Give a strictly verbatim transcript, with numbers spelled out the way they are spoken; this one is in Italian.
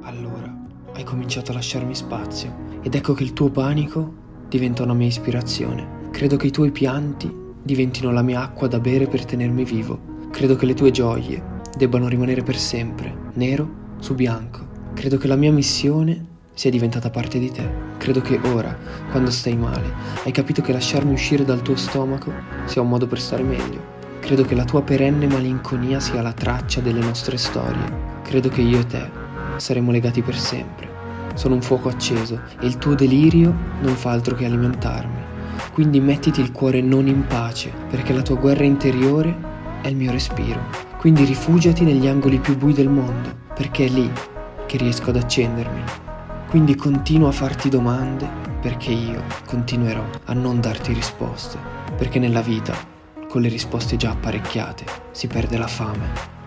Allora, hai cominciato a lasciarmi spazio ed ecco che il tuo panico diventa una mia ispirazione. Credo che i tuoi pianti diventino la mia acqua da bere per tenermi vivo. Credo che le tue gioie debbano rimanere per sempre, nero su bianco. Credo che la mia missione sia diventata parte di te. Credo che ora, quando stai male, hai capito che lasciarmi uscire dal tuo stomaco sia un modo per stare meglio. Credo che la tua perenne malinconia sia la traccia delle nostre storie. Credo che io e te saremo legati per sempre. Sono un fuoco acceso e il tuo delirio non fa altro che alimentarmi. Quindi mettiti il cuore non in pace, perché la tua guerra interiore è il mio respiro. Quindi rifugiati negli angoli più bui del mondo, perché è lì che riesco ad accendermi. Quindi continua a farti domande, perché io continuerò a non darti risposte, perché nella vita, con le risposte già apparecchiate, si perde la fame.